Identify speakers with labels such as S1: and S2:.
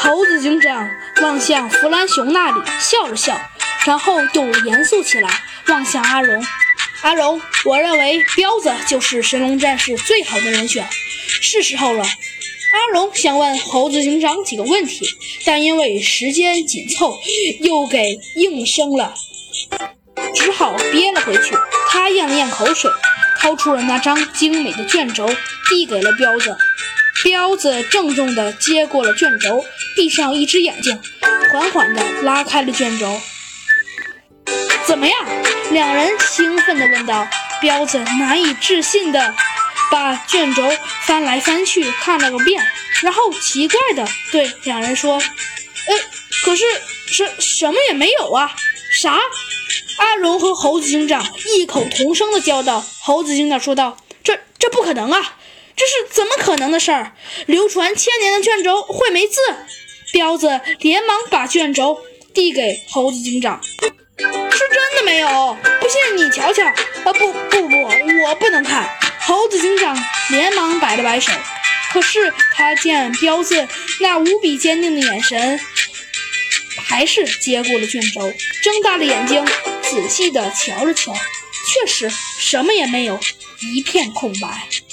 S1: 猴子警长望向弗兰熊那里，笑了笑，然后又严肃起来，望向阿荣。阿荣，我认为彪子就是神龙战士最好的人选，是时候了。阿荣想问猴子警长几个问题，但因为时间紧凑，又给应声了，只好憋了回去。他咽了咽口水，掏出了那张精美的卷轴，递给了彪子。彪子郑重地接过了卷轴，闭上一只眼睛，缓缓地拉开了卷轴。怎么样？两人兴奋地问道。彪子难以置信地把卷轴翻来翻去看了个遍，然后奇怪地对两人说：可是什么也没有啊。啥？阿荣和猴子警长异口同声地叫道。猴子警长说道：这不可能啊，这是怎么可能的事儿？流传千年的卷轴会没字？彪子连忙把卷轴递给猴子警长。是真的没有，不信你瞧瞧。不，我不能看。猴子警长连忙摆了摆手，可是他见彪子那无比坚定的眼神，还是接过了卷轴，睁大了眼睛仔细地瞧了瞧，确实什么也没有，一片空白。